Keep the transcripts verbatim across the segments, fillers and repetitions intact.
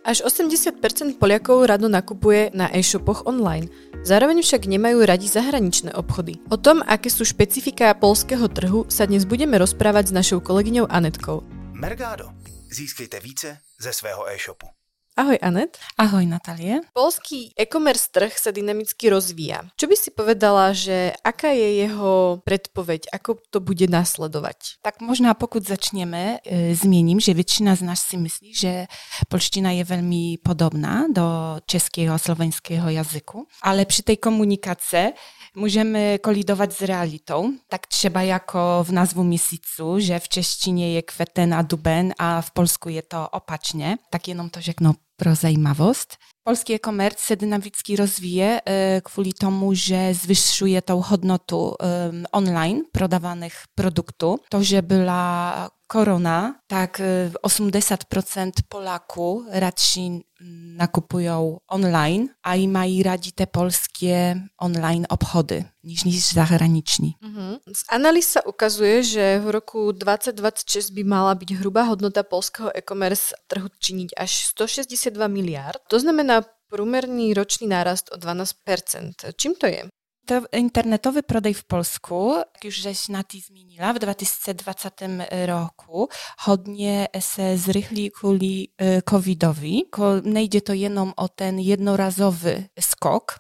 Až osemdesiat percent Poliakov rado nakupuje na e-shopoch online. Zároveň však nemajú radi zahraničné obchody. O tom, aké sú špecifiká poľského trhu, sa dnes budeme rozprávať s našou kolegyňou Anetkou. Mercado. Získejte více ze svého e-shopu. Ahoj Anet. Ahoj Natálie. Polský e-commerce trh sa dynamicky rozvíja. Čo by si povedala, že aká je jeho predpoveď, ako to bude nasledovať? Tak možná pokud začneme, e, zmiením, že väčšina z nás si myslí, že polština je veľmi podobná do českého a slovenského jazyku, ale przy tej komunikace můžeme kolidovat s realitou, tak třeba jako v názvu měsícu, že v češtině je květen a duben a v Polsku je to opačně, tak jenom to řeknu pro zajímavost. Polský e-commerce se dynamicky rozvíje e, kvůli tomu, že zvyšuje tą hodnotu e, online prodawanych produktów. To, że była korona, tak osiemdziesiąt procent Polaków raczej nakupują online, a i mají radzi te polskie online obchody niż, niż zahraniční. Uh-huh. Z analýz sa ukazuje, že v roku dvadsať dvadsaťšesť by mala byť hrubá hodnota polského e-commerce trhu činiť až stošesťdesiatdva miliárd. To znamená průměrný roční nárast o dvanásť percent. Čím to je? To internetowy prodaj w Polsku, jak już żeś na ty zmieniła, w dwa tysiące dwudziestym roku hodnie se zrychli kuli covidowi. Nejdzie to jenom o ten jednorazowy skok,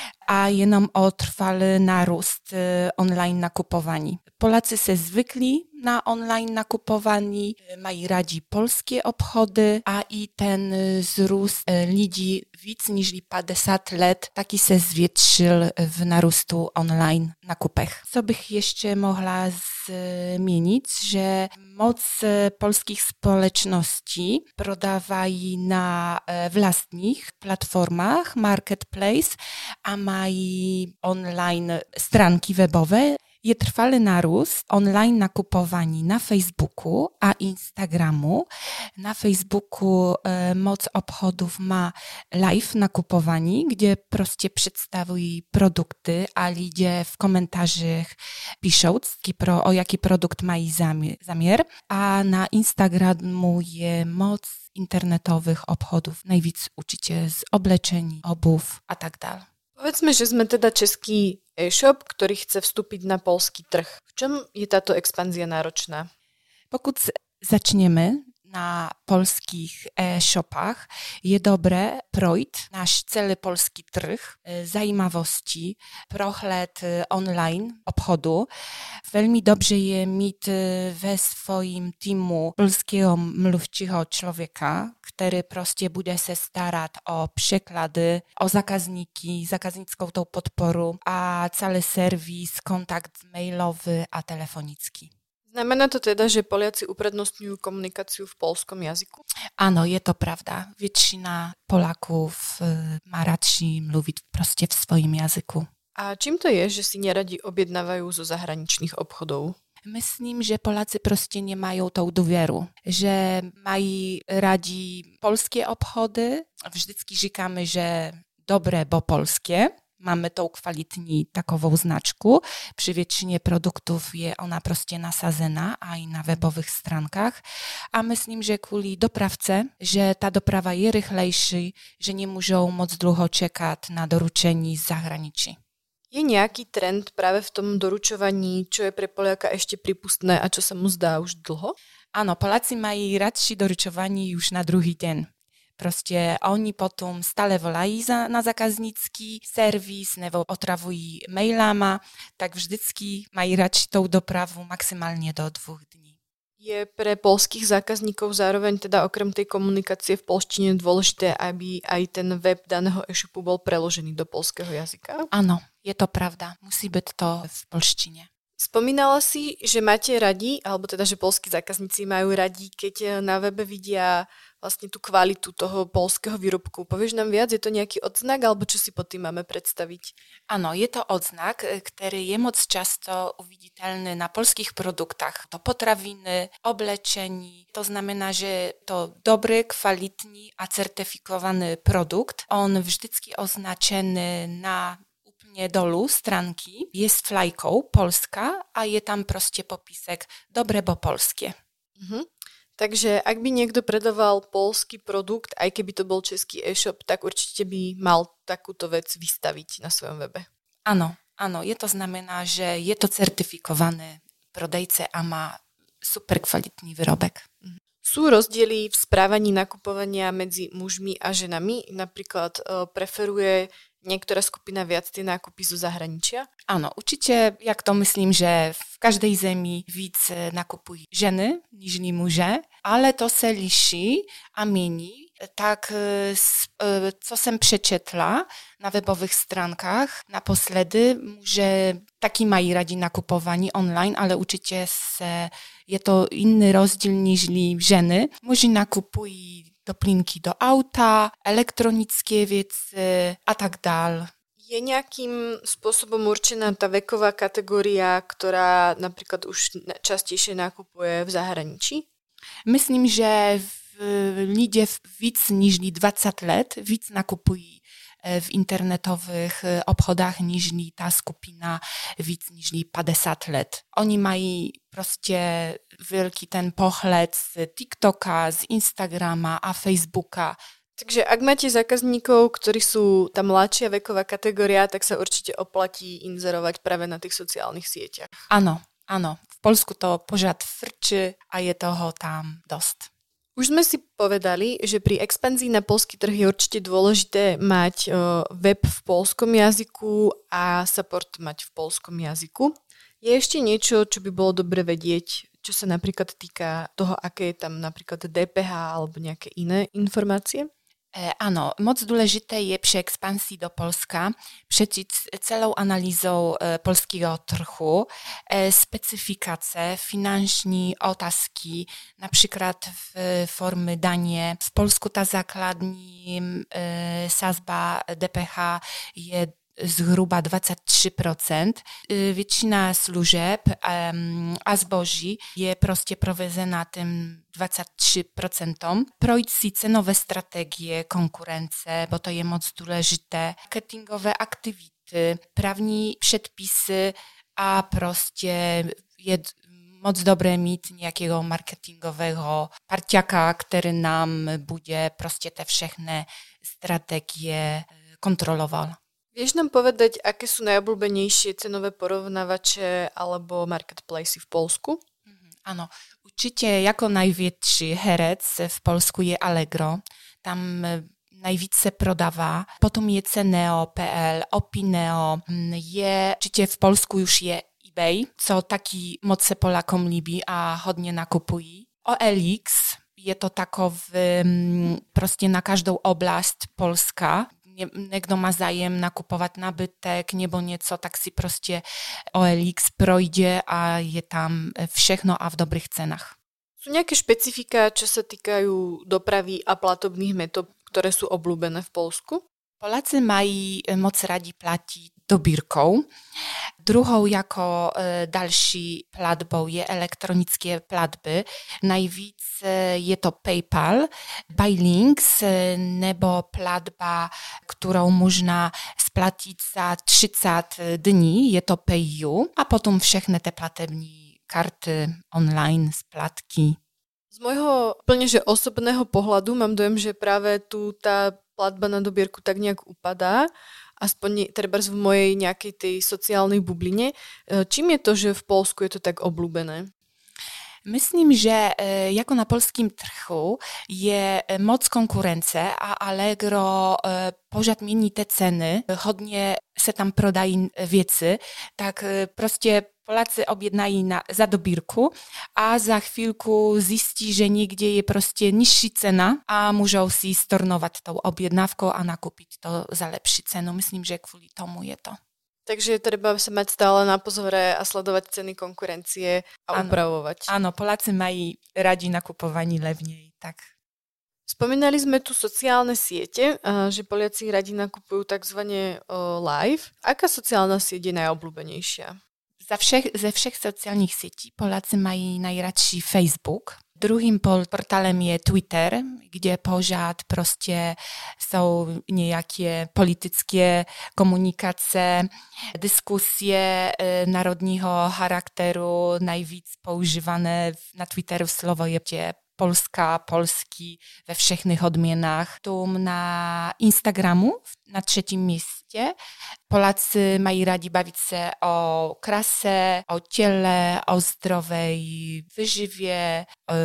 a jenom o trwały narost online nakupowani. Polacy se zwykli na online nakupowani, mají radzi polskie obchody, a i ten wzrost lidzi víc niż pięćdziesiąt lat taki se zwietrzył w narostu online nakupech. Co bych jeszcze mogła zmienić, że moc polskich społeczności prodawají na własnych platformach marketplace, a mají online stranki webowe. Je trwały narost online nakupowani na Facebooku a Instagramu. Na Facebooku e, moc obchodów ma live nakupowani, gdzie proście przedstawią produkty, a ludzie w komentarzach piszą, pro, o jaki produkt mają zamiar. A na Instagramu je moc internetowych obchodów. Najvíc uczycie z oblečení, obów a tak dalej. Povedzme, že sme teda český e-shop, ktorý chce vstúpiť na polský trh. V čom je táto expanzia náročná? Pokud začneme na polskich e-shopach, je dobré projít náš celý polský trh, zajímavosti, prohled online obchodu. Velmi dobrze je mít ve swoim teamu polskiego mluvčího člověka, który prostě bude se starat o překlady, o zákazníky, zákaznickou tą podporu a celý serwis, kontakt mailowy a telefonický. Znamená to teda, že Poliaci uprednostňujú komunikáciu v polskom jazyku? Ano, je to prawda. Většina Polaków má radši mluvit prostě v svojím jazyku. A čím to je, že si neradi objednávajú zo zahraničných obchodov? Myslím, že Polacy prostě nemají tą důvěru, že mají radzi polskie obchody. Vždycky říkáme, że dobre, bo polskie. Mamy tą kwalitní takową znaczku. Przy většinie produktów je ona prostě nasazena, a i na webowych stránkach. A myslím, že kvůli dopravce, že ta doprava je rychlejší, že nie muszą moc dlouho čekat na doručení z zahraničí. Je nejaký trend práve v tom doručovaní, čo je pre Poliaka ešte prípustné a čo sa mu zdá už dlho? Ano, Polacy mají radši doručování już na druhý den. Prostě oni potom stále volají za, na zákaznický serwis nebo otrawují mailama, tak vždycky mají radši tou dopravu maximálně do dvou dní. Je pre polských zákazníkov zároveň teda okrem tej komunikácie v polštine dôležité, aby aj ten web daného e-shopu bol preložený do polského jazyka? Ano, je to pravda. Musí být to v polštině. Spomínala si, že máte radi, alebo teda, že polskí zákazníci majú radi, keď na webe vidia vlastne tú kvalitu toho polského výrobku. Povieš nám viac? Je to nejaký odznak, alebo čo si pod tým máme predstaviť? Ano, je to odznak, který je moc často uviditelný na polských produktach. To potraviny, oblečení. To znamená, že to dobry, kvalitní a certyfikowany produkt. On vždycky označený na dolu stránky je s flajkou Polska a je tam prostě popisek dobre, bo polskie. Mhm. Takže ak by niekto predával poľský produkt, aj keby to bol český e-shop, tak určite by mal takúto vec vystaviť na svojom webe. Áno, áno, je to znamená, že je to certifikované prodejce a má super kvalitný výrobek. Sú rozdiely v správaní nakupovania medzi mužmi a ženami? Napríklad e, preferuje niektorá skupina viac tie nákupy zo zahraničia? Ano, určitě, jak to myslím, že v každé zemi víc nakupují ženy niž muže, ale to se liší a mění. Tak co jsem přečetla na webových stránkách naposledy, že taky mají rádi nakupování online, ale určitě se, je to jiný rozdíl niž ženy. Muži nakupují doplňky do auta, elektronické věci a tak dále. Je nejakým spôsobom určená tá veková kategória, ktorá napríklad už častejšie nakupuje v zahraničí? Myslím, že lidé víc niž dvacet let víc nakupují v internetových obchodách niž ta skupina víc niž padesát let. Oni mají prostě velký ten pohled z TikToka, z Instagrama a Facebooka. Takže ak máte zákazníkov, ktorí sú tá mladšia veková kategória, tak sa určite oplatí inzerovať práve na tých sociálnych sieťach. Áno, áno. V Polsku to pořád frčí a je toho tam dosť. Už sme si povedali, že pri expanzii na poľský trh je určite dôležité mať web v poľskom jazyku a support mať v poľskom jazyku. Je ešte niečo, čo by bolo dobre vedieť, čo sa napríklad týka toho, aké je tam napríklad D P H alebo nejaké iné informácie? E, ano, moc důležité je při expansii do Polska přečíst celou analýzou e, polskiego trhu, e, specyfikace, finanční otázky, například v formy daně. V Polsku ta základní e, sazba D P H je zhruba dvacet tři procent. Většina služeb um, a zboží je prostě provezena tím dvacet tři procent. Projít si cenové strategie konkurence, bo to je moc důležité, marketingové aktivity, právní předpisy a prostě je moc dobré mít nějakého marketingového parťaka, který nám bude prostě te všechny strategie kontroloval. Vieš nám povedať, aké sú najobľúbenejšie cenové porovnávače alebo marketplacy v Polsku? Ano, určitě jako největší herec v Polsku je Allegro. Tam nejvíc se prodává. Potom je Ceneo tečka pe el, Opineo. Je, určitě v Polsku už je eBay, co taky moc se Polakom líbí a hodně nakupují. O L X je to takový prostě na každou oblast Polska. Někdo má zájem nakupovat nabytek nebo něco, tak si prostě O L X projde a je tam všechno a v dobrých cenách. Sú nejaké špecifika, čo sa týkajú dopravy a platobných metód, ktoré sú obľúbené v Polsku? Polacy mají moc rádi platit dobírkou. Druhou jako e, další platbou je elektronické platby. Nejvíc e, je to PayPal, Buylinks e, nebo platba, kterou možná splatit za třicet dní, je to PayU a potom všechny ty platební karty online, splatky. Z môjho plne že osobného pohľadu mám dojem, že práve tu tá platba na dobierku tak nejak upadá, aspoň trebárs v mojej nejakej tej sociálnej bubline. Čím je to, že v Polsku je to tak obľúbené? Myslím, že jako na polském trhu je moc konkurence a Allegro pořád mění ty ceny, hodně se tam prodají věci, tak prostě Polacy objednají na, za dobírku a za chvíľku zjistí, že někde je prostě nižší cena a můžou si stornovat tou objednávkou a nakupit to za lepší cenu. Myslím, že kvůli tomu je to. Takže treba sa mať stále na pozore a sledovať ceny konkurencie a ano, upravovať. Áno, Poláci mají radi nakupovanie levnej, tak. Spomínali sme tu sociálne siete, že Poliaci radi nakupujú takzvané live. Aká sociálna sieť je najobľúbenejšia? Za všech, ze všech sociálnych sietí Poláci mají najradší Facebook. Druhým portálem je Twitter, kde pořád prostě jsou nějaké politické komunikace, diskusie národního charakteru. Nejvíc používané na Twitteru slovo je Polska, Polski we wszystkich odmianach. Tu na Instagramu na trzecim miejscu Polacy mają radi bawić się o krasę, o ciele, o zdrowej wyżywie,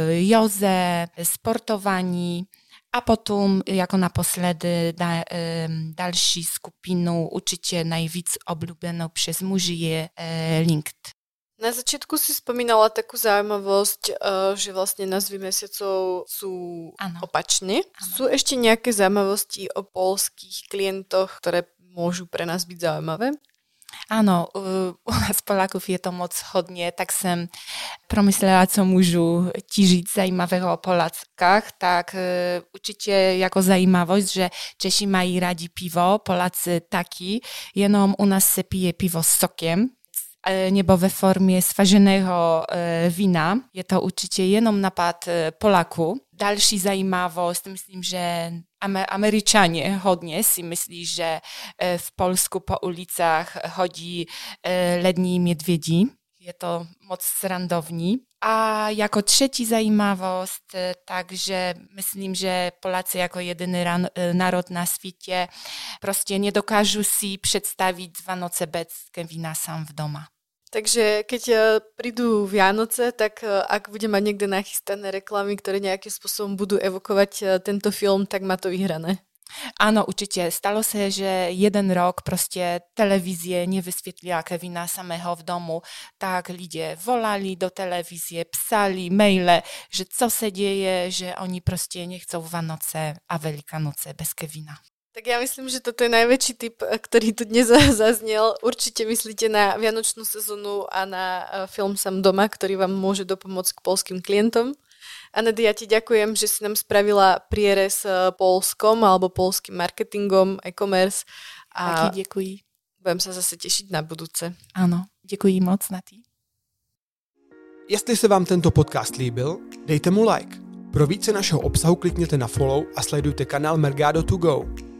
jodze, sportowani. A potem, jako naposledy, da, um, další skupinu určitě nejvíc oblúbenou przez muži je uh, LinkedIn. Na začiatku si spomínala takú zaujímavosť, uh, že vlastne názvy mesiacov sú ano. opačne. Ano. Sú ešte nejaké zaujímavosti o polských klientoch, ktoré môžu pre nás byť zaujímavé? Ano, u nás Polaków je to moc hodně, tak jsem promyslela, co můžu ti říct zajímavého o Polackách, tak uh, určitě jako zajímavost, že Češi mají rádi pivo, Polacy taky, jenom u nás se pije pivo s sokiem, nebo ve formie swaženého wina. Je to určitě jenom napad Polaku. Další zajímavost, myslím, že Američanie hodně si myslí, že v Polsku po ulicách chodí lední medvědi. Je to moc srandowní. A jako třetí zajímavost, takže myslím, že Polacy jako jedyny naród na světě prostě nedokážu si představit Vánoce bez kevina sám v doma. Takže keď prídu Vianoce, tak ak bude mať niekde nachystané reklamy, ktoré nejakým spôsobom budú evokovať tento film, tak má to vyhrané. Ano, určitě. Stalo se, že jeden rok prostě televize nevysvětlila Kevina samého v domu, tak lidé volali do televize, psali maile, že co se děje, že oni prostě nechcou Vánoce a Velikonoce bez Kevina. Tak ja myslím, že toto je najväčší tip, ktorý tu dnes zaznel. Určite myslíte na vianočnú sezónu a na film Sám doma, ktorý vám môže dopomôcť k polským klientom. Anedy, ja ti ďakujem, že si nám spravila prierez polskom alebo polským marketingom, e-commerce. A taky děkuji. Budem sa zase tešiť na budúce. Ano, děkuji moc na ty. Jestli se vám tento podcast líbil, dejte mu like. Pro více našeho obsahu klikněte na follow a sledujte kanál Mergado to go.